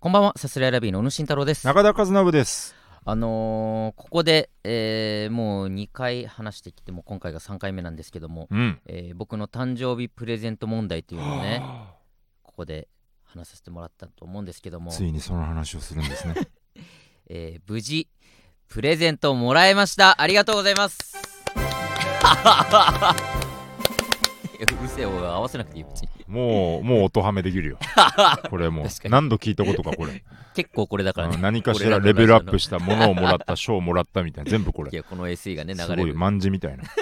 こんばんは、さすらいラビーの小野慎太郎です。 中田和信です。 ここで、もう2回話してきても今回が3回目なんですけども、僕の誕生日プレゼント問題というのをねここで話させてもらったと思うんですけども、 ついにその話をするんですね。 無事プレゼントをもらいました。ありがとうございます。うるせえ、俺合わせなくていい。別にもう音はめできるよ。これもう何度聞いたことか。これ結構これだからね、 何かしらレベルアップしたものをもらった、賞をもらったみたいな、全部これ。 いや、この SE がね流れる、 すごい万字みたいな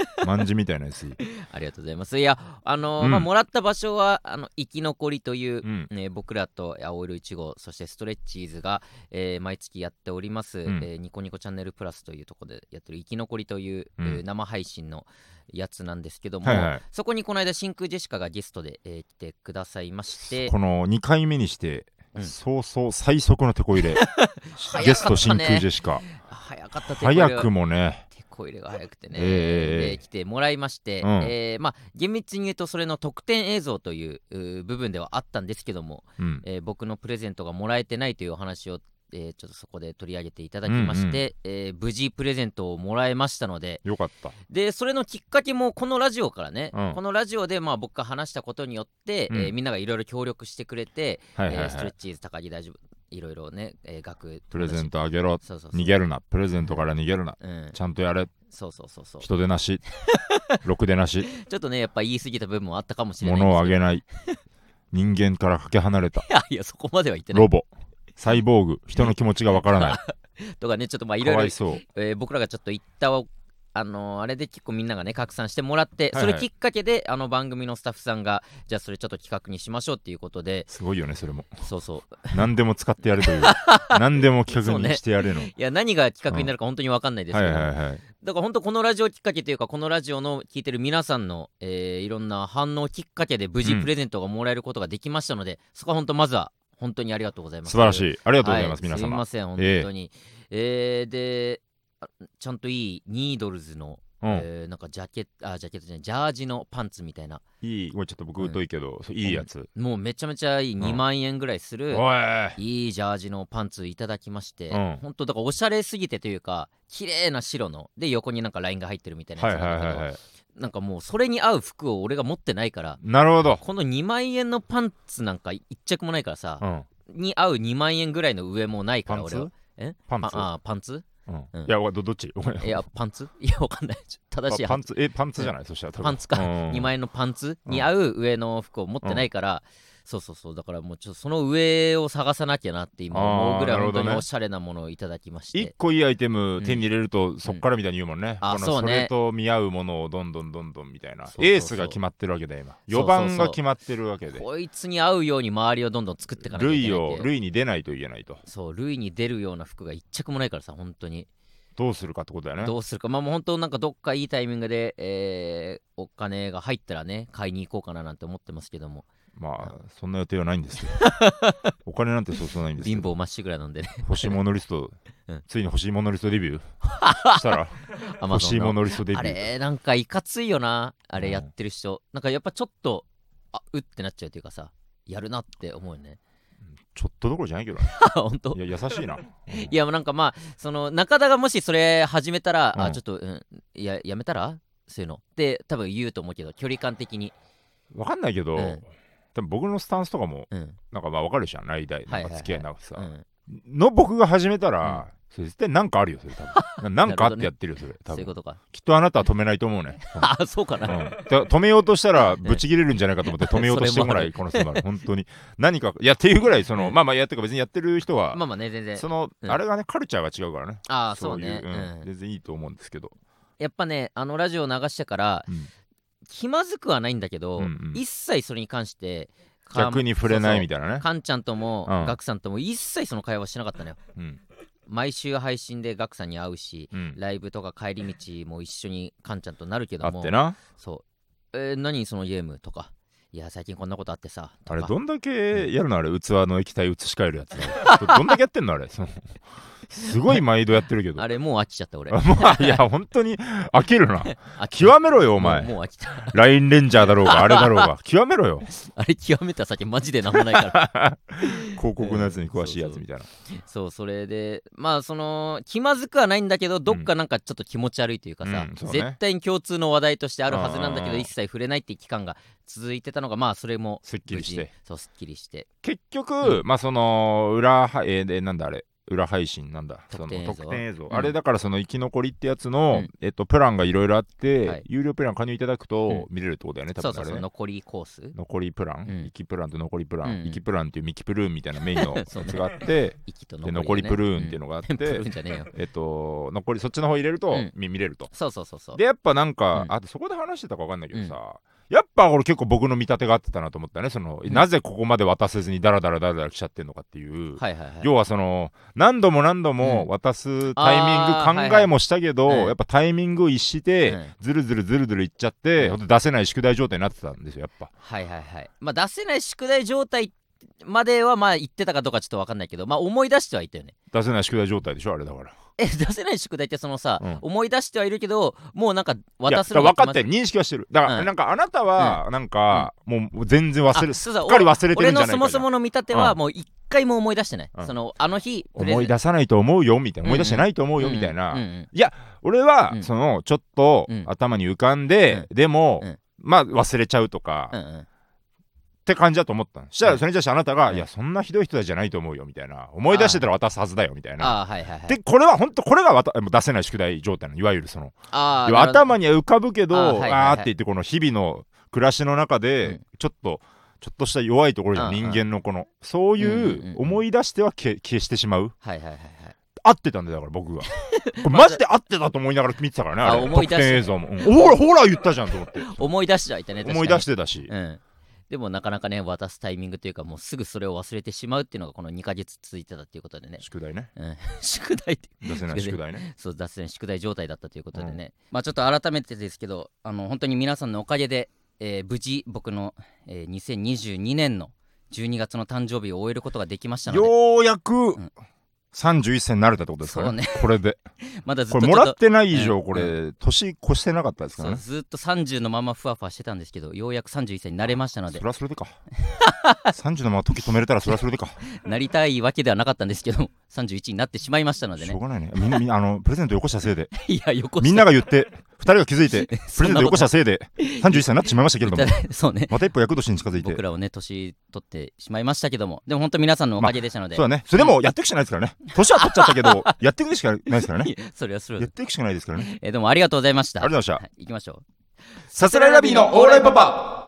SE。 ありがとうございます。いや、もらった場所は生き残りという、僕らと青色1号、そしてストレッチーズが、毎月やっております、ニコニコチャンネルプラスというところでやってる生き残りという、生配信のやつなんですけども、そこにこの間真空ジェシカがゲストで、来てくださいまして、 この2回目にして、そうそう最速のテこ入れゲスト真空ジェシカ早かったテこ入れ、 早くもね、 テこ入れが早くてね、で来てもらいまして、厳密に言うとそれの特典映像という部分ではあったんですけども、僕のプレゼントがもらえてないというお話をちょっとそこで取り上げていただきまして、無事プレゼントをもらえましたので、 よかった。 でそれのきっかけもこのラジオからね、このラジオで僕が話したことによって、みんながいろいろ協力してくれて、ストレッチーズ高木大丈夫いろいろね、額プレゼントあげろ、 そう逃げるな、プレゼントから逃げるな、ちゃんとやれ、 そう人でなしろくでなしちょっとねやっぱ言い過ぎた部分もあったかもしれないんですけど、 物をあげない、人間からかけ離れたいやそこまでは言ってない、 ロボ、サイボーグ、人の気持ちがわからないとかね、ちょっといろいろ、 かわいそう、 僕らがちょっと言ったあれで結構みんながね拡散してもらって、それきっかけで番組のスタッフさんがじゃあそれちょっと企画にしましょうっていうことで、 すごいよねそれも。 そう何でも使ってやるという何でも企画にしてやれの、 いや何が企画になるか本当に分かんないですけど、だから本当このラジオきっかけというか、このラジオの聞いてる皆さんの、いろんな反応きっかけで無事プレゼントがもらえることができましたので、そこは本当まずは本当にありがとうございます。 素晴らしい、ありがとうございます、皆様。 すいません本当に、でちゃんといいニードルズの、なんかジャケットじゃない、ジャージのパンツみたいな、 いい、これちょっと僕疎いけど、いいやつ、 もうめちゃめちゃいい、2万円ぐらいする、いいジャージのパンツいただきまして、本当だからおしゃれすぎてというか、綺麗な白ので横になんかラインが入ってるみたいなやつなんだけど、なんかもうそれに合う服を俺が持ってないから、 なるほど、 この2万円のパンツなんか1着もないからさ、に合う2万円ぐらいの上もないから、俺はパンツいやどっちいやパンツ、いやわかんない、正しいパンツじゃない、そしたらパンツか、2万円のパンツに合う上の服を持ってないから、そうだからもうちょっとその上を探さなきゃなって今思うぐらい本当におしゃれなものをいただきまして、 1個いいアイテム手に入れるとそっからみたいに言うもんね、それと見合うものをどんどんみたいな、エースが決まってるわけだ今、4番が決まってるわけで、 こいつに合うように周りをどんどん作っていかなきゃいけない。 類に出ないといけないと。 そう類に出るような服が1着もないからさ、本当にどうするかってことだよね。 どうするか、もう本当なんかどっかいいタイミングで、お金が入ったらね買いに行こうかななんて思ってますけども、 そんな予定はないんですよお金なんてそうないんですよ。 貧乏まっしぐらなんでね欲しいものリスト、ついに欲しいものリストデビューしたら欲しいものリストデビュー、 あれなんかいかついよな、あれやってる人、なんかやっぱちょっとうってなっちゃうというかさ、やるなって思うよね。 ちょっとどころじゃないけどね本当、 いや優しいな、 いやなんかその中田がもしそれ始めたら、ちょっと、やめたらそういうのって多分言うと思うけど、距離感的に分かんないけど、多分僕のスタンスとかも、なんか分かるじゃん、来代なんか付き合いなくさ、の僕が始めたら、それ絶対なんかあるよ、それ多分なんかあってやってるよ、それ多分。そういうことか。きっとあなたは止めないと思うね。そうかな、止めようとしたらブチ切れるんじゃないかと思って止めようとしてもらい、この人が本当に何かいやっていうぐらい、そのやってか別にやってる人はね、全然そのあれがね、カルチャーが違うからね。 そうね、 全然いいと思うんですけど、 やっぱねラジオ流してから気まずくはないんだけど、一切それに関して逆に触れないみたいなね。 カンちゃんともガクさんとも一切その会話しなかったのよ。毎週配信でガクさんに会うし、ライブとか帰り道も一緒にカンちゃんとなるけども、 あってな、 何そのゲームとか、いや最近こんなことあってさ、 あれどんだけやるの、あれ器の液体移し替えるやつどんだけやってんのあれすごい毎度やってるけどあれもう飽きちゃった俺いや本当に飽きるな極めろよお前。 もう飽きたラインレンジャーだろうがあれだろうが極めろよあれ極めた先マジでなんもないから広告のやつに詳しいやつみたいな、 そうそれでまあその気まずくはないんだけどどっかなんかちょっと気持ち悪いというかさ、絶対に共通の話題としてあるはずなんだけど一切触れないっていう期間が続いてたのがまあそれもすっきりしてそうすっきりして結局、まあそのなんだあれ裏配信なんだ特典映像、あれだからその生き残りってやつの、プランがいろいろあって、有料プラン加入いただくと見れるってことだよね、多分そう残りコース残りプラン、生きプランと残りプラン、生きプランっていうミキプルーンみたいなメインのやつがあってで残りプルーンっていうのがあって残りそっちの方入れると見れると。 そうでやっぱなんかあとそこで話してたか分かんないけどさ、やっぱ俺結構僕の見立てが合ってたなと思ったね。その、なぜここまで渡せずにダラダラ来ちゃってんのかっていう、要はその何度も渡すタイミング考えもしたけど、やっぱタイミングを逸して、ずるずるいっちゃって、出せない宿題状態になってたんですよやっぱ。 まあ出せない宿題状態まではまあ言ってたかどうかちょっと分かんないけど、まあ思い出してはいたよね。 出せない宿題状態でしょあれだから。 出せない宿題ってそのさ、思い出してはいるけどもうなんか渡すのが分かってる認識はしてる。だからなんかあなたはなんかもう全然すっかり忘れてるんじゃないか。俺のそもそもの見立てはもう一回も思い出してない。そのあの日思い出さないと思うよみたいな、思い出してないと思うよみたいな。いや俺はそのちょっと頭に浮かんででもまあ忘れちゃうとかって感じだと思ったの。したらそれに対してあなたが、いやそんなひどい人たちじゃないと思うよみたいな、思い出してたら渡すはずだよみたいな。でこれは本当これが出せない宿題状態のいわゆるその頭には浮かぶけどあーって言ってこの日々の暮らしの中でちょっとした弱いところじゃ人間のこのそういう思い出しては消してしまう。合ってたんだよだから僕がこれマジで合ってたと思いながら見てたからねあれ特典映像も。ほら言ったじゃんと思って思い出してはいたね。 思い出してたし。 でもなかなかね渡すタイミングというかもうすぐそれを忘れてしまうっていうのがこの2ヶ月続いてたっていうことでね。 宿題ね。 宿題って出せない宿題ね。 そう出せない宿題状態だったということでね。まあちょっと改めてですけど本当に皆さんのおかげで、無事僕の、2022年の12月の誕生日を終えることができましたので。 ようやく、31歳になれたってことですからね。これでまだずっとこれもらってない以上これ年越してなかったですからね。 ずっと30のままふわふわしてたんですけどようやく31歳になれましたので。 それはそれでか30のまま時止めれたらそれはそれでかなりたいわけではなかったんですけど31になってしまいましたのでね。 しょうがないね。みんなプレゼントよこしたせいでいやよこしたみんなが言って2人が気づいてプレゼントよこしたせいで31歳になってしまいましたけれどもそうね、 また一歩役年に近づいて僕らをね年取ってしまいましたけども、でも本当皆さんのおかげでしたので、 そうだね。それでもやっていくしかないですからね。年は取っちゃったけどやっていくしかないですからね。 それはそれやっていくしかないですからね。 どうもありがとうございました。 ありがとうございました。 行きましょう。 さすらいラビーのオーライパパ。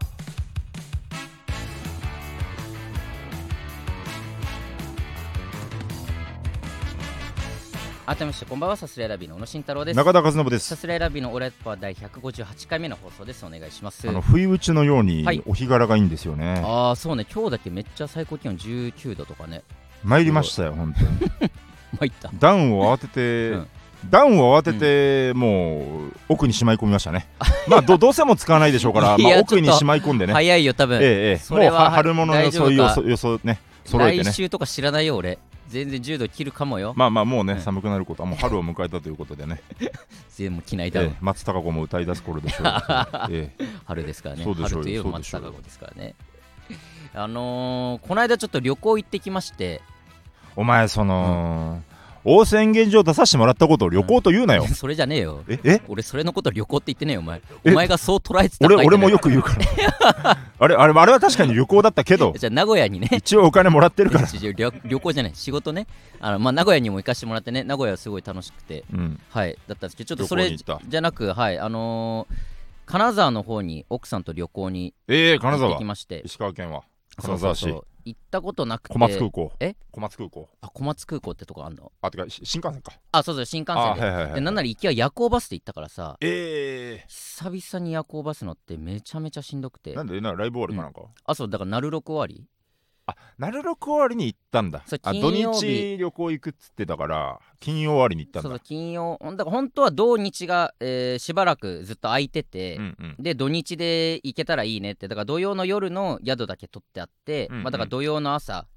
改めましてこんばんは。さすらいラビーの小野慎太郎です。 中田和信です。 さすらいラビーのオーライパパ第158回目の放送です。お願いします。 不意打ちのようにお日柄がいいんですよね。 ああそうね、今日だけめっちゃ最高気温19度とかね。 参りましたよ本当に参った。 ダウンを慌てて、もう奥にしまい込みましたね。まあどうせも使わないでしょうからまあ奥にしまい込んでね。 早いよ多分。 もう春物のそういう予想ね揃えてね。 来週とか知らないよ俺。全然10度切るかもよ。 まあもうね、寒くなることはもう春を迎えたということでね。 全部着ないだろう。 松たか子も歌い出す頃でしょう。 春ですからね。 春といえば松たか子ですからね。この間ちょっと旅行行ってきまして。 お前大宣言状出させてもらったことを旅行と言うなよ。 それじゃねえよ。俺それのこと旅行って言ってねえよお前。お前がそう捉えてた。 俺もよく言うからあれは確かに旅行だったけどじゃあ名古屋にね一応お金もらってるから旅行じゃない仕事ね。名古屋にも行かしてもらってね。名古屋はすごい楽しくて、はいだったんですけど、ちょっとそれじゃなく金沢の方に奥さんと旅行に行ってきまして。 石川県は金沢市行ったことなくて。 小松空港。 小松空港ってとこあんの？ てか新幹線か。 そう新幹線で。なんなら行きは夜行バスで行ったからさ。久々に夜行バス乗ってめちゃめちゃしんどくて。 なんでライブ終わりかなんか？ そうだからなるろく終わり。 なるろく終わりに行ったんだ。土日旅行行くっつってたから金曜終わりに行ったんだ。 そう金曜だから本当は土日が、しばらくずっと空いてて、で土日で行けたらいいねって。だから土曜の夜の宿だけ取ってあって、だから土曜の朝行っ 、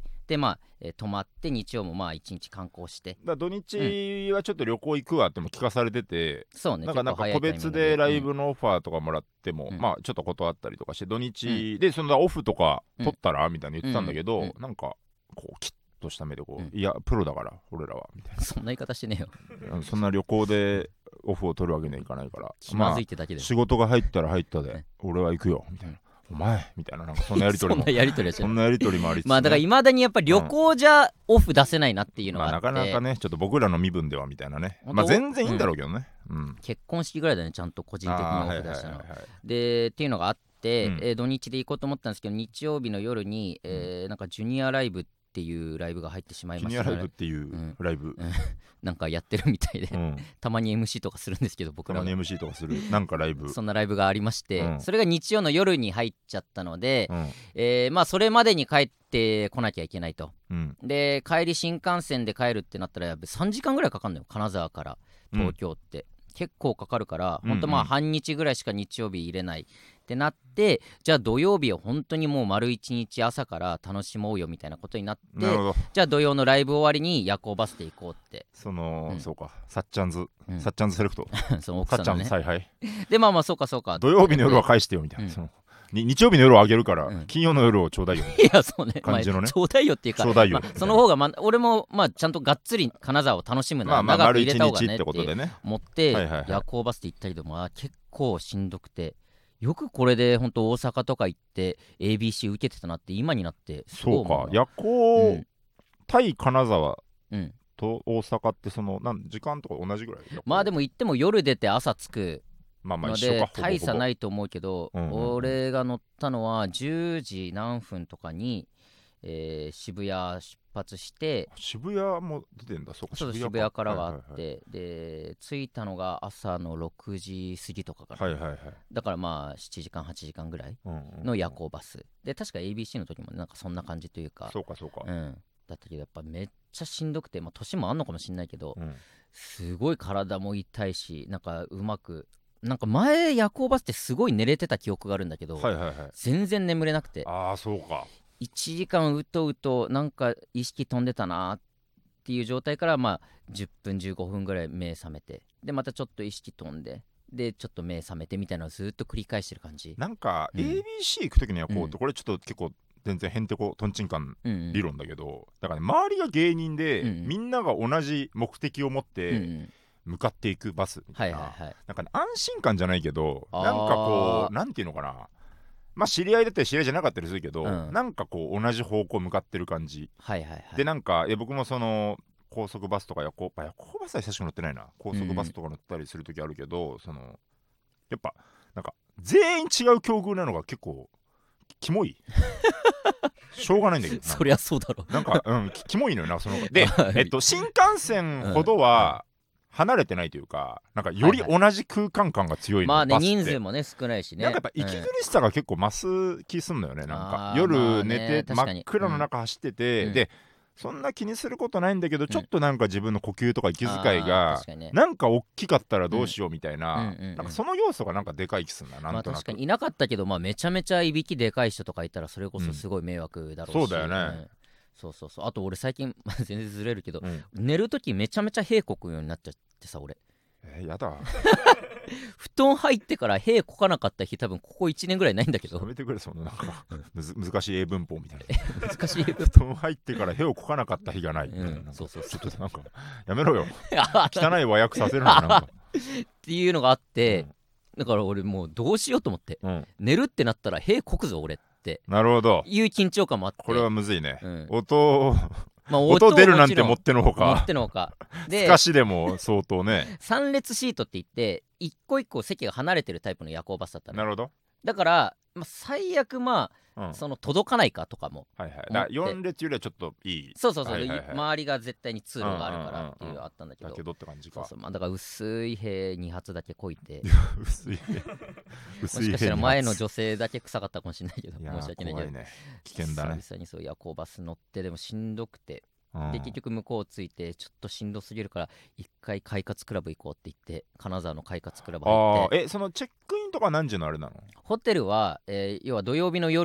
で泊まって日曜も1日観光して、 土日はちょっと旅行行くわっても聞かされてて、 そうね、 なんか個別でライブのオファーとかもらっても、ちょっと断ったりとかして土日でそのオフとか取ったらみたいに言ってたんだけど、なんかこうキッとした目でいやプロだから俺らはみたいな、 そんな言い方してねえよそんな旅行でオフを取るわけにはいかないから、 気まずいってだけで、 仕事が入ったら入ったで俺は行くよみたいな、お前みたいな、なんかそんなやり取りもそんなやり取りはしない、 そんなやり取りもありつつ、 だからいまだにやっぱり旅行じゃオフ出せないなっていうのがあって、 なかなかねちょっと僕らの身分ではみたいなね、全然いいんだろうけどね、 結婚式ぐらいだねちゃんと個人的にオフ出したのでっていうのがあって、土日で行こうと思ったんですけど、日曜日の夜に、なんかジュニアライブっていうライブが入ってしまいました、 ジュニアライブっていうライブ、 なんかやってるみたいで、たまに MC とかするんですけど、僕らたまに MC とかするなんかライブそんなライブがありまして、それが日曜の夜に入っちゃったので、それまでに帰ってこなきゃいけないと、で帰り新幹線で帰るってなったらやっぱ3時間ぐらいかかるのよ、金沢から東京って、結構かかるから、本当半日ぐらいしか日曜日入れないってなって、じゃあ土曜日は本当にもう丸一日朝から楽しもうよみたいなことになって、じゃあ土曜のライブ終わりに夜行バスで行こうって、 そうか、さっちゃんずセレクトその奥さんのね、 さっちゃんの采配でそうか土曜日の夜は返してよみたいな、日曜日の夜をあげるから、金曜の夜をちょうだいよいやそうね、 感じのね、 ちょうだいよっていうか、その方が俺もちゃんとがっつり金沢を楽しむなら長く入れた方がねって思って夜行バスで行ったけど結構しんどくて、よくこれで本当大阪とか行って ABC 受けてたなって今になってそうか、夜行、対金沢と大阪ってその時間とか同じぐらい、 でも行っても夜出て朝着くので大差ないと思うけど、俺が乗ったのは10時何分とかに、渋谷出発して、 渋谷も出てんだ、そうか、 渋谷からがあって、で着いたのが朝の6時過ぎとかから、だから7時間8時間ぐらいの夜行バスで、確か ABC の時もなんかそんな感じというか、 そうか、 だったけどやっぱめっちゃしんどくて、年もあんのかもしんないけど、すごい体も痛いし、なんかうまくなんか前夜行バスってすごい寝れてた記憶があるんだけど、全然眠れなくて、 そうか、 1時間うとうとなんか意識飛んでたなっていう状態から10分15分ぐらい目覚めて、でまたちょっと意識飛んで、でちょっと目覚めてみたいなのをずっと繰り返してる感じ。 なんか ABC 行く時にはこう、これちょっと結構全然へんてことんちんかん理論だけど、だからね、周りが芸人で、みんなが同じ目的を持って、向かっていくバスみたいな、なんか、ね、安心感じゃないけど、なんかこうなんていうのかな、知り合いだったり知り合いじゃなかったりするけど、なんかこう同じ方向向かってる感じ、でなんか僕もその高速バスとか夜行バスは久しく乗ってないな、高速バスとか乗ったりする時あるけど、そのやっぱなんか全員違う境遇なのが結構キモいしょうがないんだけどそりゃそうだろなんか、キモいのよなそので、新幹線ほどは離れてないというか、なんかより同じ空間感が強いの、 ね、人数もね少ないしね、 なんかやっぱ息苦しさが結構増す気すんのよね、なんか夜寝て、真っ暗の中走ってて、でそんな気にすることないんだけど、ちょっとなんか自分の呼吸とか息遣いがなんか大きかったらどうしようみたいな、なんかその要素がなんかでかい気すんな、なんとなく。 確かにいなかったけど、めちゃめちゃいびきでかい人とかいたらそれこそすごい迷惑だろうし、 そうだよね、 そうあと俺最近全然ずれるけど、寝るときめちゃめちゃ屁こくようになっちゃってさ、俺やだ布団入ってから屁こかなかった日多分ここ1年ぐらいないんだけど、 やめてくれ、そのなんか難しい英文法みたいな難しい英文法、 布団入ってから屁をこかなかった日がない、そうちょっとなんかやめろよ汚い和訳させるのなんかっていうのがあって、だから俺もうどうしようと思って、寝るってなったら屁こくぞ俺ってなるほどいう緊張感もあって、 これはむずいね、音出るなんてもってのほかで、透かしでも相当ね 3列シートって言って一個一個席が離れてるタイプの夜行バスだったの。 なるほど。 だから最悪その届かないかとかも、 だ4列よりはちょっっといい、 そう、周りが絶対に通路があるからっていうのがあったんだけど、 だけどって感じか。 だから薄い屁2発だけこいて薄いもしかしたら前の女性だけ臭かったかもしれないけど、申し訳ないけど、 危険だね。 久々にそう夜行バス乗ってでもしんどくて、で結局向こう着いてちょっとしんどすぎるから一回快活クラブ行こうって言って金沢の快活クラブ入って、 そのチェックインとか何時のあれなの？ ホテルは、要は土曜日の夜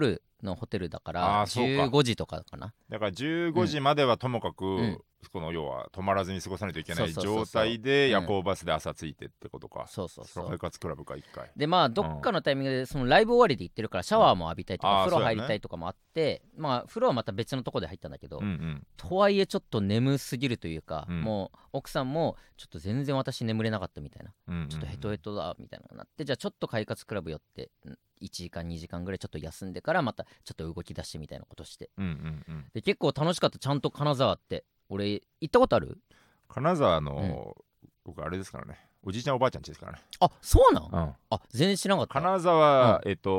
のホテルだから15時とかかな。 だから15時まではともかく、この要は泊まらずに過ごさないといけない状態で夜行バスで朝着いてってことか。 そうそうそう。 快活クラブか1回でまあどっかのタイミングでそのライブ終わりで行ってるからシャワーも浴びたいとか、風呂入りたいとかもあって、まあ風呂はまた別のとこで入ったんだけど、とはいえちょっと眠すぎるというか、もう奥さんもちょっと全然私眠れなかったみたいな、ちょっとヘトヘトだみたいなのがなって、じゃあちょっと快活クラブ寄って1時間2時間ぐらいちょっと休んでからまたちょっと動き出してみたいなことして、で結構楽しかった。ちゃんと金沢って俺行ったことある？ 金沢の、僕あれですからね、おじいちゃんおばあちゃん家ですからね。 あ、そうなん？あ、全然知らなかった。 金沢、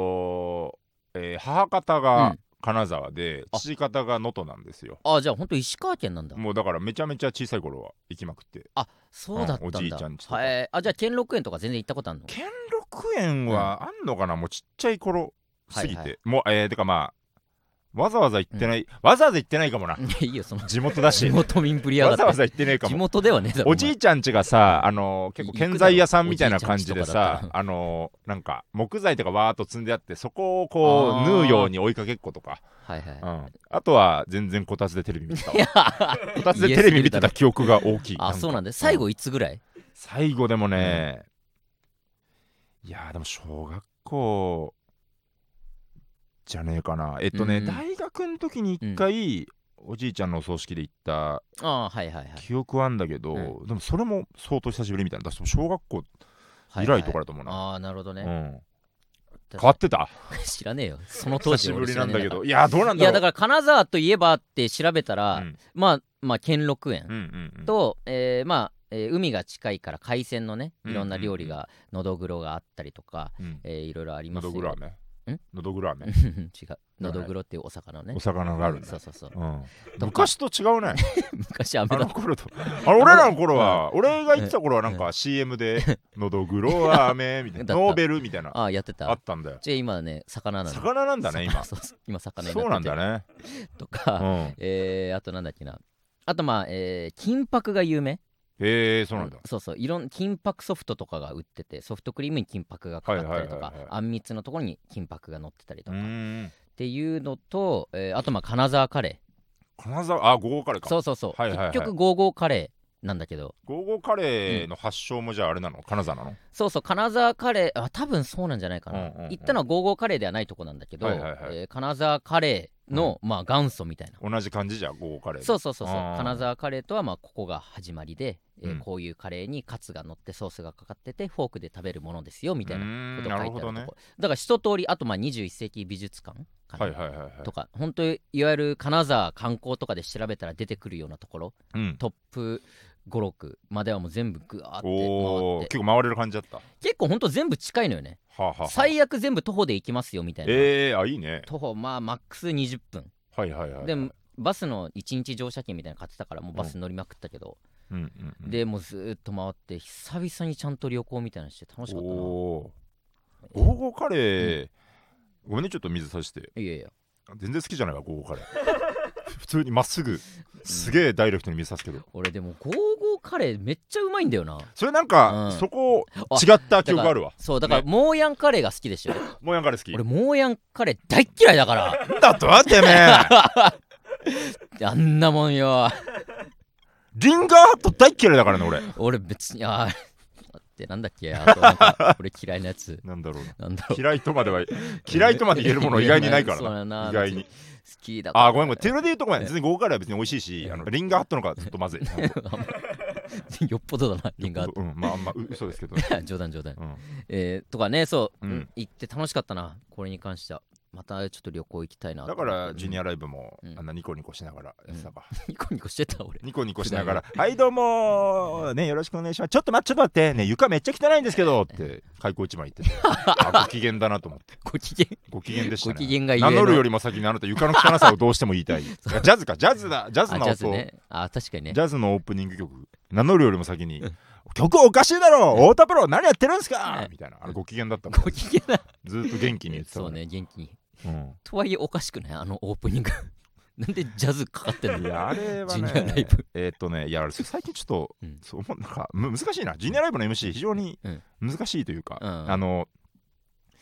母方が金沢で、父方が能登なんですよ。 あ、じゃあほんと石川県なんだ。 もうだからめちゃめちゃ小さい頃は行きまくって。 あ、そうだったんだ。 おじいちゃん家とか。 あ、じゃあ兼六園とか全然行ったことあるの？ 兼六園はあんのかな、もうちっちゃい頃すぎて、もうてかまあわざわざ行ってない、わざわざ行ってないかもな。 いいよ、その地元だし。 地元民ぶりやがって。 わざわざ行ってねえかも。 地元ではねえだろ。 おじいちゃん家がさ、結構建材屋さんみたいな感じでさ、なんか木材とかわーっと積んであって、そこをこう縫うように追いかけっことか。あとは全然こたつでテレビ見てたわ。こたつでテレビ見てた記憶が大きい。 あ、そうなんだ。最後いつぐらい？ 最後でもね、いやでも小学校じゃねえかな。大学の時に一回、おじいちゃんのお葬式で行った記憶はあんだけど、でもそれも相当久しぶりみたいな。小学校以来とかだと思うな。 ああ、なるほどね。 変わってた？ 知らねえよ、その当時。 久しぶりなんだけど。いやどうなんだろう。 いやだから金沢といえばって調べたら、まあ兼六園と海が近いから海鮮のね、いろんな料理が、のどぐろがあったりとか、いろいろありますよ。 のどぐろ飴？のどぐろ飴？ 違う、のどぐろっていうお魚ね。 お魚があるね。 そうそうそう。 昔と違うね。 昔飴だった。 俺らの頃は、俺が行ってた頃はなんか CM でのどぐろ飴みたいな、ノーベルみたいな、 やってた。 あったんだよ。 じゃあ今ね、魚なんだ。 魚なんだね今。 今魚になってて。 そうなんだね。 とか、あとなんだっけな、あと金箔が有名。 そうなんだ。 そうそう、金箔ソフトとかが売ってて、ソフトクリームに金箔がかかったりとか、あんみつのところに金箔が乗ってたりとかっていうのと、あと金沢カレー。金沢、ゴーゴーカレーか。 そうそうそう、結局ゴーゴーカレーなんだけど、 ゴーゴーカレーの発祥もじゃああれなの？金沢なの？ そうそう、金沢カレー、多分そうなんじゃないかな。行ったのはゴーゴーカレーではないとこなんだけど、金沢カレーの元祖みたいな。 同じ感じじゃん、ゴーゴーカレー。 そうそうそうそう。金沢カレーとはここが始まりで、こういうカレーにカツが乗ってソースがかかっててフォークで食べるものですよみたいなことが書いてあるとこ。だから一通り、あと21世紀美術館とか、本当いわゆる金沢観光とかで調べたら出てくるようなところ、トップ5、6まではもう全部グワーって回って、 結構回れる感じだった。 結構ほんと全部近いのよね。最悪全部徒歩で行きますよみたいな。 いいね。 徒歩マックス20分。でバスの1日乗車券みたいなの買ってたから、もうバス乗りまくったけど、でもうずっと回って久々にちゃんと旅行みたいなのして楽しかったな。 ゴーゴーカレー、ごめんねちょっと水さして。 いやいや、 全然好きじゃないわゴーゴーカレー。普通にまっすぐすげえダイレクトに水さすけど、 俺でもゴーゴーカレーめっちゃうまいんだよな。 それなんか、そこ違った記憶あるわ。 そうだから、モーヤンカレーが好きでしょ。 モーヤンカレー好き。 俺モーヤンカレー大っ嫌いだから。 だとはてめえ。あんなもんよ。 リンガーハット大っ嫌いだからね俺別にってなんだっけ、あとなんか俺嫌いなやつ。 なんだろう。嫌いとまで言えるもの意外にないからな。意外に。 好きだから。 ごめん、テロで言うとごめん。全然ゴーゴーカレーは別に美味しいし、リンガーハットの方がずっとまずい。 よっぽどだな、リンガーハット。 まああんま嘘ですけど。 冗談。とかね、そう行って楽しかったな、これに関しては。またちょっと旅行行きたいな。 だからジュニアライブもあんなニコニコしながらやってたか。 ニコニコしてた俺。 ニコニコしながらはいどうもね、よろしくお願いします。ちょっと待ってね、床めっちゃ汚いんですけどって開口一番言ってて、ご機嫌だなと思って。ご機嫌でしたね。 ご機嫌が名乗るよりも先にあなた床の汚さをどうしても言いたい。ジャズか、ジャズの音。 確かにね。 ジャズのオープニング曲名乗るよりも先に曲おかしいだろ、太田プロ何やってるんすかみたいな。ご機嫌だったもん。 ご機嫌だ。 ずっと元気に言ってた。 そうね、元気に。とはいえおかしくない、あのオープニング。なんでジャズかかってんの？ いやあれはね、 ジュニアライブ。 いや最近ちょっとそうなんか難しいな。ジュニアライブの MC 非常に難しいというか、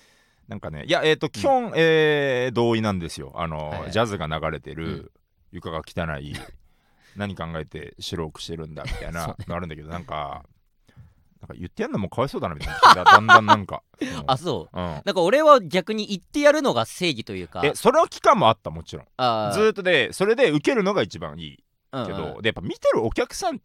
なんかね、いや基本、同意なんですよ。ジャズが流れてる、床が汚い何考えて白くしてるんだみたいなのあるんだけど、なんか言ってやんのもかわいそうだなみたいなだんだんなんかあ、そう、なんか俺は逆に言ってやるのが正義というか、 その期間もあった、もちろんずーっとで、それで受けるのが一番いいけど、でやっぱ見てるお客さんって、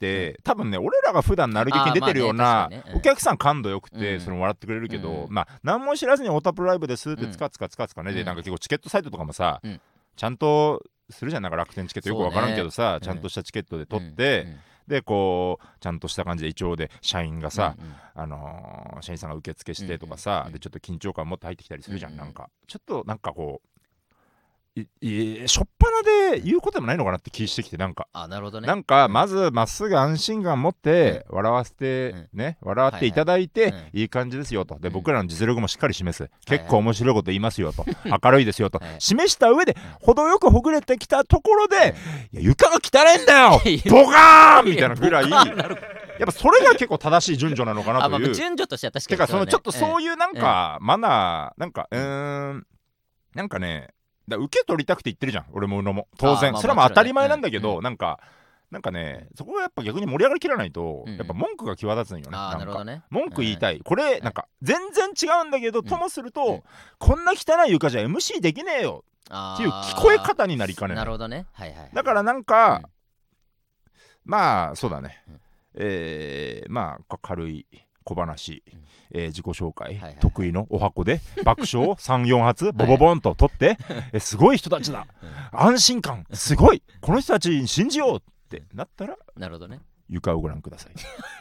多分ね、俺らが普段なる劇に出てるようなお客さん感度よくて、その笑ってくれるけど、まあ何も知らずにオタプライブですってつかつかね、でなんか結構チケットサイトとかもさ、ちゃんとするじゃん、なんか楽天チケットよく分からんけどさ、ちゃんとしたチケットで取って、でこうちゃんとした感じで一応で社員がさ、社員さんが受付してとかさ、でちょっと緊張感持って入ってきたりするじゃん、なんかちょっとなんかこうしょっぱなで言うことでもないのかなって気してきて、なんかなるほどね、 なんかまずまっすぐ安心感持って笑わせて笑っていただいて、いい感じですよと、で僕らの実力もしっかり示す、結構面白いこと言いますよと、明るいですよと示した上で、程よくほぐれてきたところで、いや床が汚いんだよボカーンみたいなぐらいやっぱそれが結構正しい順序なのかなという順序としては確かに、 てかそのちょっとそういうなんかマナー、なんかなんかね、受け取りたくて言ってるじゃん、俺も宇野も当然、それはも当たり前なんだけど、なんかね、そこがやっぱ逆に盛り上がりきらないと、やっぱ文句が際立つんよね。なんか文句言いたい、これなんか全然違うんだけど、ともするとこんな汚い床じゃ MC できねえよっていう聞こえ方になりかねない。 なるほどね、 だからなんかまあそうだね、まあ軽い小話、自己紹介、得意のお箱で爆笑3、4発ボボボンと取ってすごい人たちだ、安心感すごい、この人たち信じようってなったら、 なるほどね、 床をご覧ください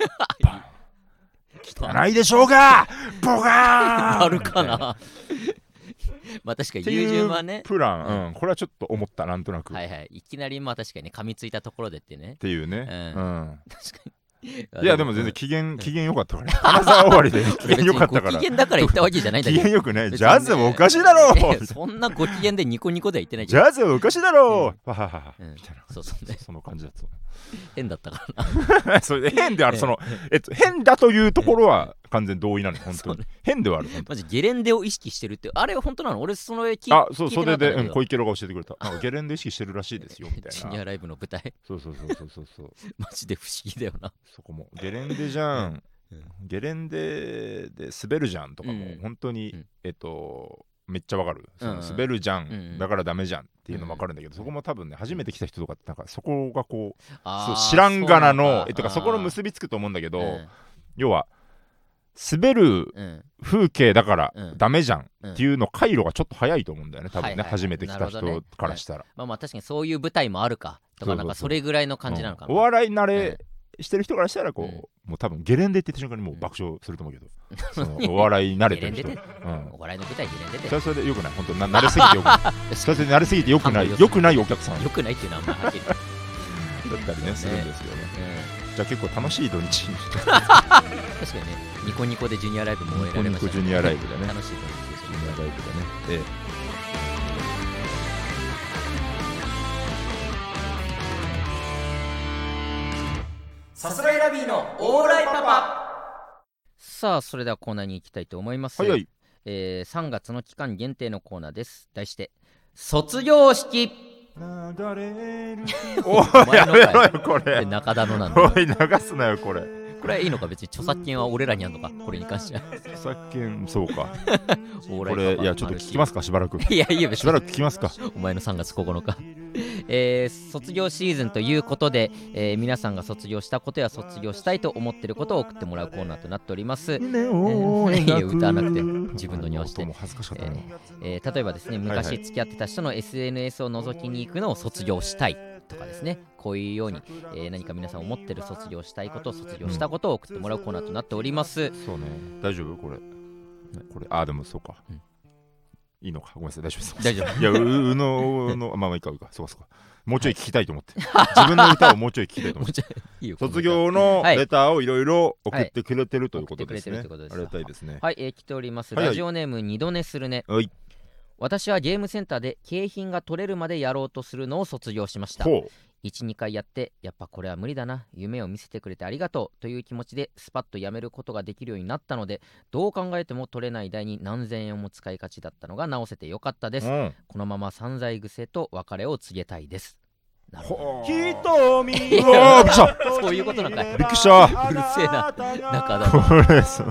汚いでしょうがボガーンあるかなまあ確かに優柔はね、 プラン、これはちょっと思った、なんとなく、 いきなりまあ確かに噛みついたところでってねっていうね、 確かに。 いやでも全然機嫌良かったから金沢終わりで機嫌良かったから、 機嫌だから言ったわけじゃないんだけど、 機嫌良くない、ジャズもおかしいだろう、 そんなご機嫌でニコニコでは言ってないジャズもおかしいだろう、わはははみたいな、その感じだった。 変だったからなそれで変である、その変だというところは完全同意なの、本当に変ではある。 マジゲレンデを意識してるって、あれは本当なの？俺その聞いてなかったけど、それで小池郎が教えてくれた、ゲレンデ意識してるらしいですよみたいな、 ジュニアライブの舞台、 そうマジで不思議だよな。 そこもゲレンデじゃん、ゲレンデで滑るじゃんとかも本当にめっちゃわかる、滑るじゃん、だからダメじゃんっていうのもわかるんだけど、そこも多分ね、初めて来た人とかってなんかそこがこう知らんがなのとか、そこの結びつくと思うんだけど、要は滑る風景だからダメじゃんっていうの回路がちょっと早いと思うんだよね、多分ね、初めて来た人からしたら。 まあ確かにそういう舞台もあるかとか、なんかそれぐらいの感じなのかな。 お笑い慣れしてる人からしたらこう、もう多分ゲレンデって言った瞬間にもう爆笑すると思うけど、お笑い慣れてる人、 お笑いの舞台ゲレンデで、 それでよくない、本当慣れすぎてよくない、それで慣れすぎてよくないお客さん、 よくないっていうのはあんまはっきりだったりねするんですよね。じゃあ結構楽しい土日に確かにね、ニコニコでジュニアライブも終えられましたね。 ニコニコジュニアライブでね、 楽しい土日ですジュニアライブでね。 さすらいラビーのオーライパパ。さあそれではコーナーに行きたいと思います。3月の期間限定のコーナーです。題して卒業式。 おいやめろよこれ、 中田のなんだ。 おい流すなよこれ。 これはいいのか、別に著作権は俺らにあるのか、これに関しては。 著作権、そうかこれ、いやちょっと聞きますか、しばらく。 いやいや、 しばらく聞きますか。 お前の3月9日卒業シーズンということで、皆さんが卒業したことや卒業したいと思っていることを送ってもらうコーナーとなっております。いや歌わなくて自分のに合わせて、例えばですね、昔付き合ってた人の SNS を覗きに行くのを卒業したいとかですね、こういうように、何か皆さん思ってる卒業したいこと、卒業したことを送ってもらうコーナーとなっております。 そうね、大丈夫これでもそうか、いいのか、ごめんなさい、大丈夫です。 大丈夫。 いや、まあいいか、そうか。もうちょい聞きたいと思って。自分の歌をもうちょい聞きたいと思って。卒業のレターをいろいろ送ってくれてるということですね。ありがたいですね。 はい、来ております。ラジオネーム二度寝するね。私はゲームセンターで景品が取れるまでやろうとするのを卒業しました。 1、2回やってやっぱこれは無理だな、夢を見せてくれてありがとうという気持ちでスパッとやめることができるようになったので、どう考えても取れない代に何千円も使いがちだったのが直せてよかったです。このまま散財癖と別れを告げたいです。なるほど。 瞳うわーびっくりしたそういうことなんかい。 びっくりした。 うるせえな中田。 これそう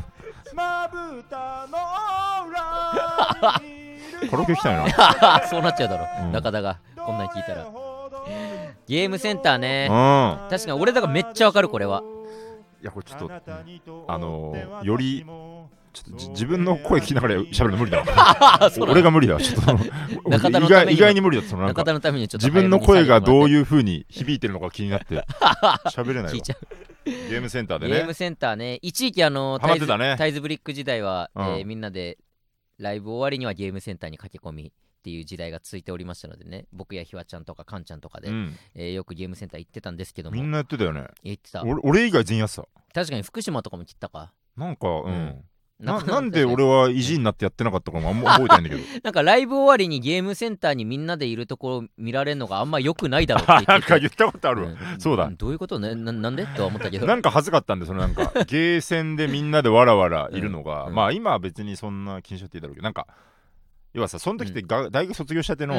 カラオケ行きたいなそうなっちゃうだろ、中田がこんなに聞いたら。ゲームセンターね、確かに俺だからめっちゃわかるこれは。 いやこれちょっとよりちょっと自分の声聞きながら喋るの無理だわ俺が無理だわちょっと中田のために意外に無理だった。そのなんか中田のためにちょっと自分の声がどういう風に響いてるのか気になって喋れないわ。 聞いちゃう。 ゲームセンターでね。 ゲームセンターね、一時期ハマってたね。 タイズブリック時代は、みんなでライブ終わりにはゲームセンターに駆け込みっていう時代が続いておりましたのでね、僕やひわちゃんとかかんちゃんとかで、よくゲームセンター行ってたんですけども。 みんなやってたよね。 行ってた。 俺以外全員やってた。 確かに福島とかも切ったかなんかなんで俺は意地になってやってなかったかもあんま覚えてないんだけどなんかライブ終わりにゲームセンターにみんなでいるところ見られるのがあんま良くないだろうって言っててなんか言ったことあるわ、そうだ。 どういうことね、なんでとは思ったけどなんか恥ずかったんで、そのなんかゲーセンでみんなでわらわらいるのが、まあ今は別にそんな気にしちゃっていいだろうけど、なんか要はさ、その時って大学卒業したての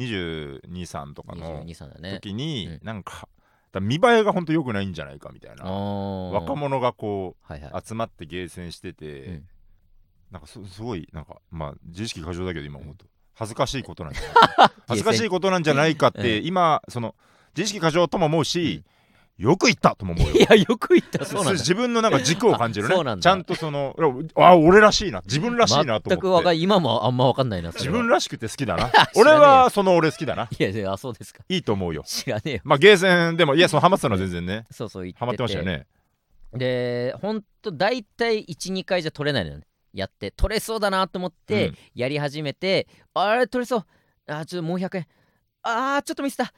22、3とかの時になんか見栄えがほんと良くないんじゃないかみたいな、若者がこう集まってゲーセンしてて、なんかすごいなんかまあ自意識過剰だけど今思うと恥ずかしいことなんじゃない恥ずかしいことなんじゃないかって今その自意識過剰とも思うし、よく言ったとも思うよ。 いやよく言った。そうなんだ。 自分のなんか軸を感じるね。 そうなんだ。 ちゃんとその俺らしいな、自分らしいなと思って。 全く今もあんま分かんないな。 自分らしくて好きだな俺はその俺好きだな。 いやそうですか。 いいと思うよ。 知らねえよ。 まあゲーセンでもいやそのハマってたのは全然ね。 そう言っててハマってましたよね。 でほんと大体 1,2 回じゃ取れないのよね。やって取れそうだなと思ってやり始めて、あれ取れそう、ちょっともう100円、ちょっとミスった、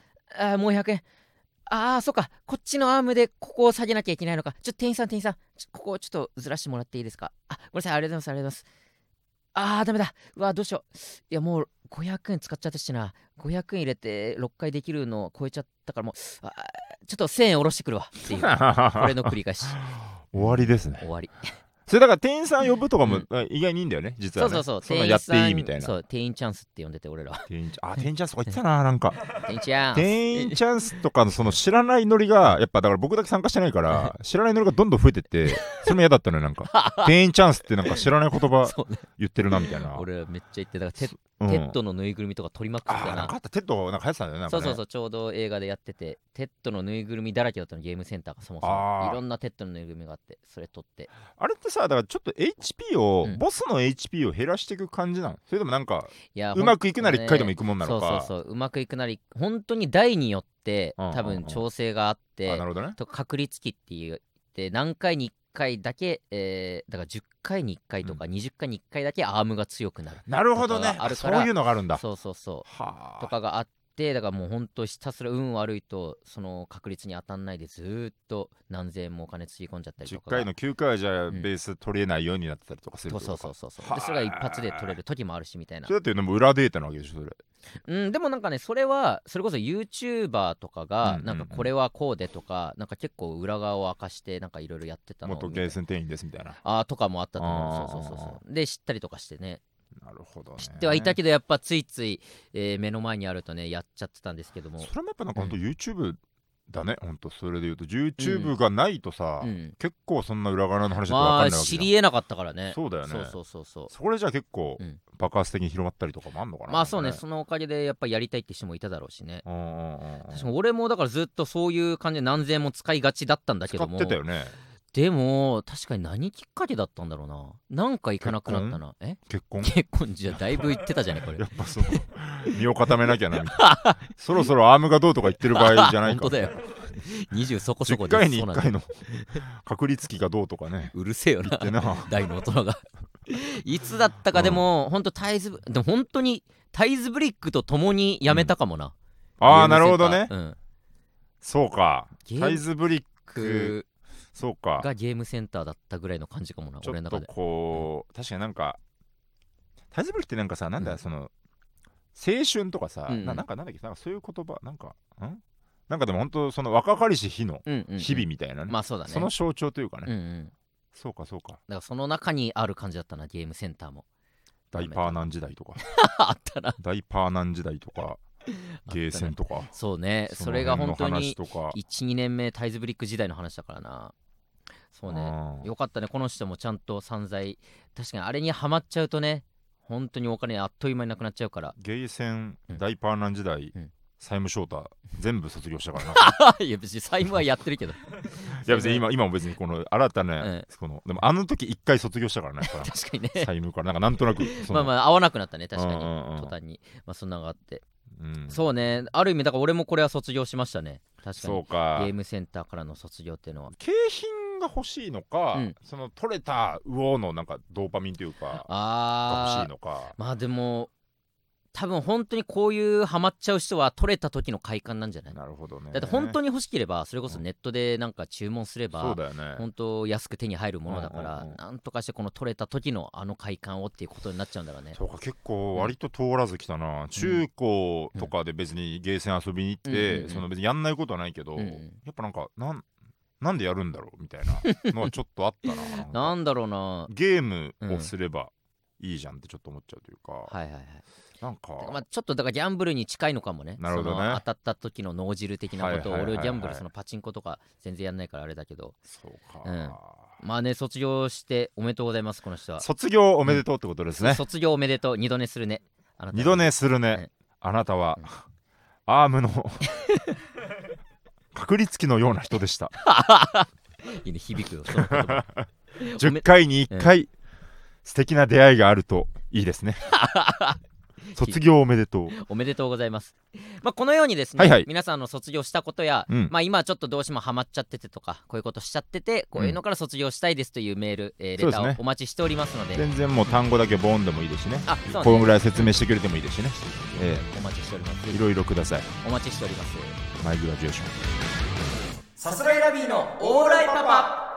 もう100円、そっか、こっちのアームでここを下げなきゃいけないのか、ちょっと店員さんここをちょっとずらしてもらっていいですか。ごめんなさい、ありがとうございますダメだ、うわどうしよう、いやもう500円使っちゃったしな、500円入れて6回できるのを超えちゃったからもうちょっと1000円下ろしてくるわっていうこれの繰り返し終わりですね。 終わりそれだから店員さん呼ぶとかも意外にいいんだよね、実はね。 そうそんなやっていいみたいな。 そう店員チャンスって呼んでて俺らは。 店員チャンスとか言ってたな、なんか店員チャンスとかのその知らないノリがやっぱだから僕だけ参加してないから知らないノリがどんどん増えてってそれも嫌だったのよ。なんか店員チャンスってなんか知らない言葉言ってるなみたいな。 俺はめっちゃ言ってたからテッドのぬいぐるみとか取りまくってたな。 なんかあった、テッドなんか流行ってたんだよね。 そうちょうど映画でやっててテッドのぬいぐるみだらけだったの、ゲームセンターがそもそもいろんなテッドのぬいぐるみがあってそれ取って。 あれってさ、だからちょっと HP を、ボスの HP を減らしていく感じなの？それでもなんかうまくいくなら1回でもいくもんなのか。 そううまくいくなら本当に台によって多分調整があって、 なるほどね。 と確率機って言って何回に1回だけ、だから10回に1回とか20回に1回だけアームが強くなる。 なるほどね。そういうのがあるんだ。 そうとかがあって、だからもうほんとひたすら運悪いとその確率に当たんないでずーっと何千円もお金つぎ込んじゃったりとか。 10回の9回はじゃあベース取れないようになってたりとかするとか。 そうでそれが一発で取れる時もあるしみたいな。 それだってでも裏データなわけでしょそれ。 でもなんかねそれはそれこそ YouTuber とかがなんかこれはこうでとかなんか結構裏側を明かしてなんかいろいろやってたの元ゲーセン店員ですみたいなとかもあったと思う。そうで知ったりとかしてね。 なるほどね。 知ってはいたけどやっぱついつい、目の前にあるとねやっちゃってたんですけども、 それもやっぱなんかほんと YouTube だね、ほんとそれで言うと YouTube がないとさ、結構そんな裏側の話だと分かんないわけじゃん。 知りえなかったからね。 そうだよね。 そうそこでじゃあ結構爆発的に広まったりとかもあんのかな。 まあそうね、そのおかげでやっぱりやりたいって人もいただろうしね。確かに俺もだからずっとそういう感じで何千円も使いがちだったんだけども。 使ってたよね。 でも確かに何きっかけだったんだろうな。なんか行かなくなったな。 結婚じゃだいぶ言ってたじゃねこれ。 やっぱその身を固めなきゃなみたいなそろそろアームがどうとか言ってる場合じゃないか。 本当だよ。20そこそこで10回に1回の確率機がどうとかね。 うるせえよな大の大人がいつだったか。でも本当でも本当にタイズブリックと共にやめたかもな。 なるほどね。そうか、タイズブリックそうかがゲームセンターだったぐらいの感じかもな。俺の中でちょっとこう確かになんかタイズブリックってなんかさ、なんだその青春とかさ、なんかなんだっけ、なんかそういう言葉なんかなんかでも本当その若かりし日の日々みたいなね、 まあそうだね、 その象徴というかね、 うんうん、 そうかそうか。だからその中にある感じだったな、ゲームセンターも。 ダイパーナン時代とかあったな、 ダイパーナン時代とかゲーセンとか、 そうね、それが本当に 1,2 年目タイズブリック時代の話だからな。そうね、よかったね、この人もちゃんと散財、確かにあれにハマっちゃうとね、本当にお金あっという間になくなっちゃうから。 ゲーセン、ダイパーナン時代、債務翔太全部卒業したからないや別に債務はやってるけどいや別に今も別にこの新たな、このでもあの時一回卒業したからね確かにね、 債務からなんとなくまあ合わなくなったね、確かに、途端に、まあそんなのがあって、そうね、ある意味だから俺もこれは卒業しましたね、確かに。ゲームセンターからの卒業っていうのは景品が欲しいのか、その取れた魚のなんかドーパミンというかが欲しいのか。 まあでも多分本当にこういうハマっちゃう人は取れた時の快感なんじゃない？ なるほどね。 だって本当に欲しければそれこそネットでなんか注文すれば、 そうだよね、 本当安く手に入るものだから、なんとかしてこの取れた時のあの快感をっていうことになっちゃうんだろうね。 そうか、結構割と通らずきたな、中高とかで別にゲーセン遊びに行って、その別にやんないことはないけど、やっぱなんかなんでやるんだろうみたいなのはちょっとあったななんだろうな、 ゲームをすればいいじゃんってちょっと思っちゃうというか、 はいはいはい、 なんかまあ、ちょっとだからギャンブルに近いのかもね。 なるほどね、 その当たった時の脳汁的なことを、俺はギャンブルそのパチンコとか全然やんないからあれだけど、 そうか、 まあね、卒業しておめでとうございます。この人は卒業おめでとうってことですね、 卒業おめでとう、二度寝するね、 二度寝するね、あなたは、アームの確率機のような人でしたいいね、響くよその言葉 10回に1回、素敵な出会いがあるといいですね卒業おめでとう、 おめでとうございます。まあ、このようにですね、皆さんの卒業したことや、まあ、今ちょっとどうしてもハマっちゃっててとか、こういうことしちゃってて、こういうのから卒業したいですというメール、レターをお待ちしておりますので、 全然もう単語だけボンでもいいですしね、このぐらい説明してくれてもいいですしね、 お待ちしております。 いろいろください。 お待ちしております。 マイグラジュエーション、 さすらいラビーのオーライパパ。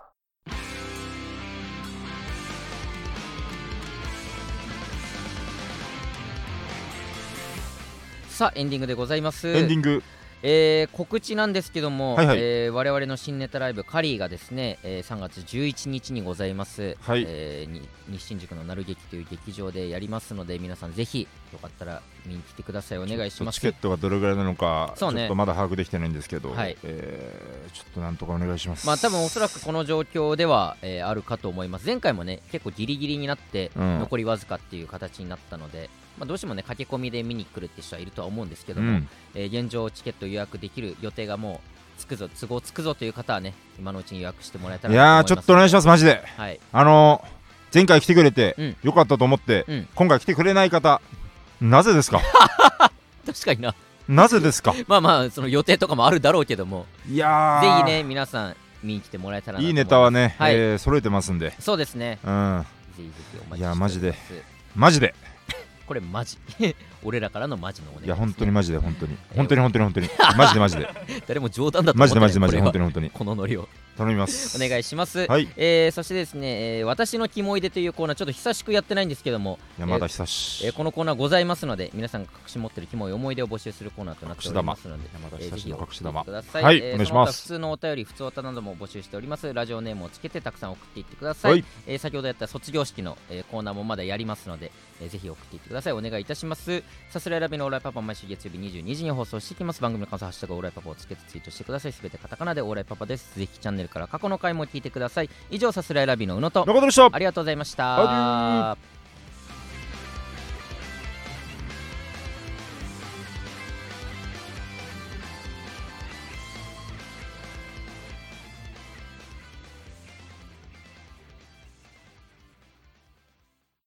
さあエンディングでございます。 エンディング、 告知なんですけども、我々の新ネタライブカリーがですね、3月11日にございます、西新宿のなる劇という劇場でやりますので、皆さんぜひよかったら見に来てください。お願いします。 チケットがどれぐらいなのか、 そうね、 ちょっとまだ把握できてないんですけど、ちょっとなんとかお願いします。 まあ多分おそらくこの状況では、あるかと思います。前回もね結構ギリギリになって、残りわずかっていう形になったので、まあ、どうしてもね駆け込みで見に来るって人はいるとは思うんですけども、現状チケット予約できる予定がもうつくぞ、都合つくぞという方はね、今のうちに予約してもらえたらと思います。 いやー、ちょっとお願いします、マジで。前回来てくれてよかったと思って、今回来てくれない方、なぜですか確かになぜですかまあまあその予定とかもあるだろうけども、 いやぜひね皆さん見に来てもらえたらなと思います。 いいネタはね、揃えてますんで。 そうですね、ぜひぜひお待ちしております。 いやマジでマジでこれマジ俺らからのマジのお願い、ね、 いや本当にマジで本当に本当に本当に本当にマジでマジで誰も冗談だと思ってない。 マジでマジで本当に本当にこのノリを頼みます。 お願いします。 はい、 そしてですね、私のキモいでというコーナー、ちょっと久しくやってないんですけども、 いやまだ久し、 このコーナーございますので、皆さんが隠し持ってるキモい思い出を募集するコーナーとなっておりますので、 ぜひ送ってください。 はい、お願いします。 普通のお便り、普通おたなども募集しております。ラジオネームをつけてたくさん送っていってください。先ほどやった卒業式の、コーナーもまだやりますので、ぜひ送っていってください。お願いいたします。さすらいラビのオーライパパ、毎週月曜日22時に放送していきます。番組の感想、ハッシュタグオーライパパをつけてツイートしてください。すべてカタカナでオーライパパです。ぜひチャンネルから過去の回も聞いてください。以上、さすらいラビの宇野と中田でした。 ありがとうございました。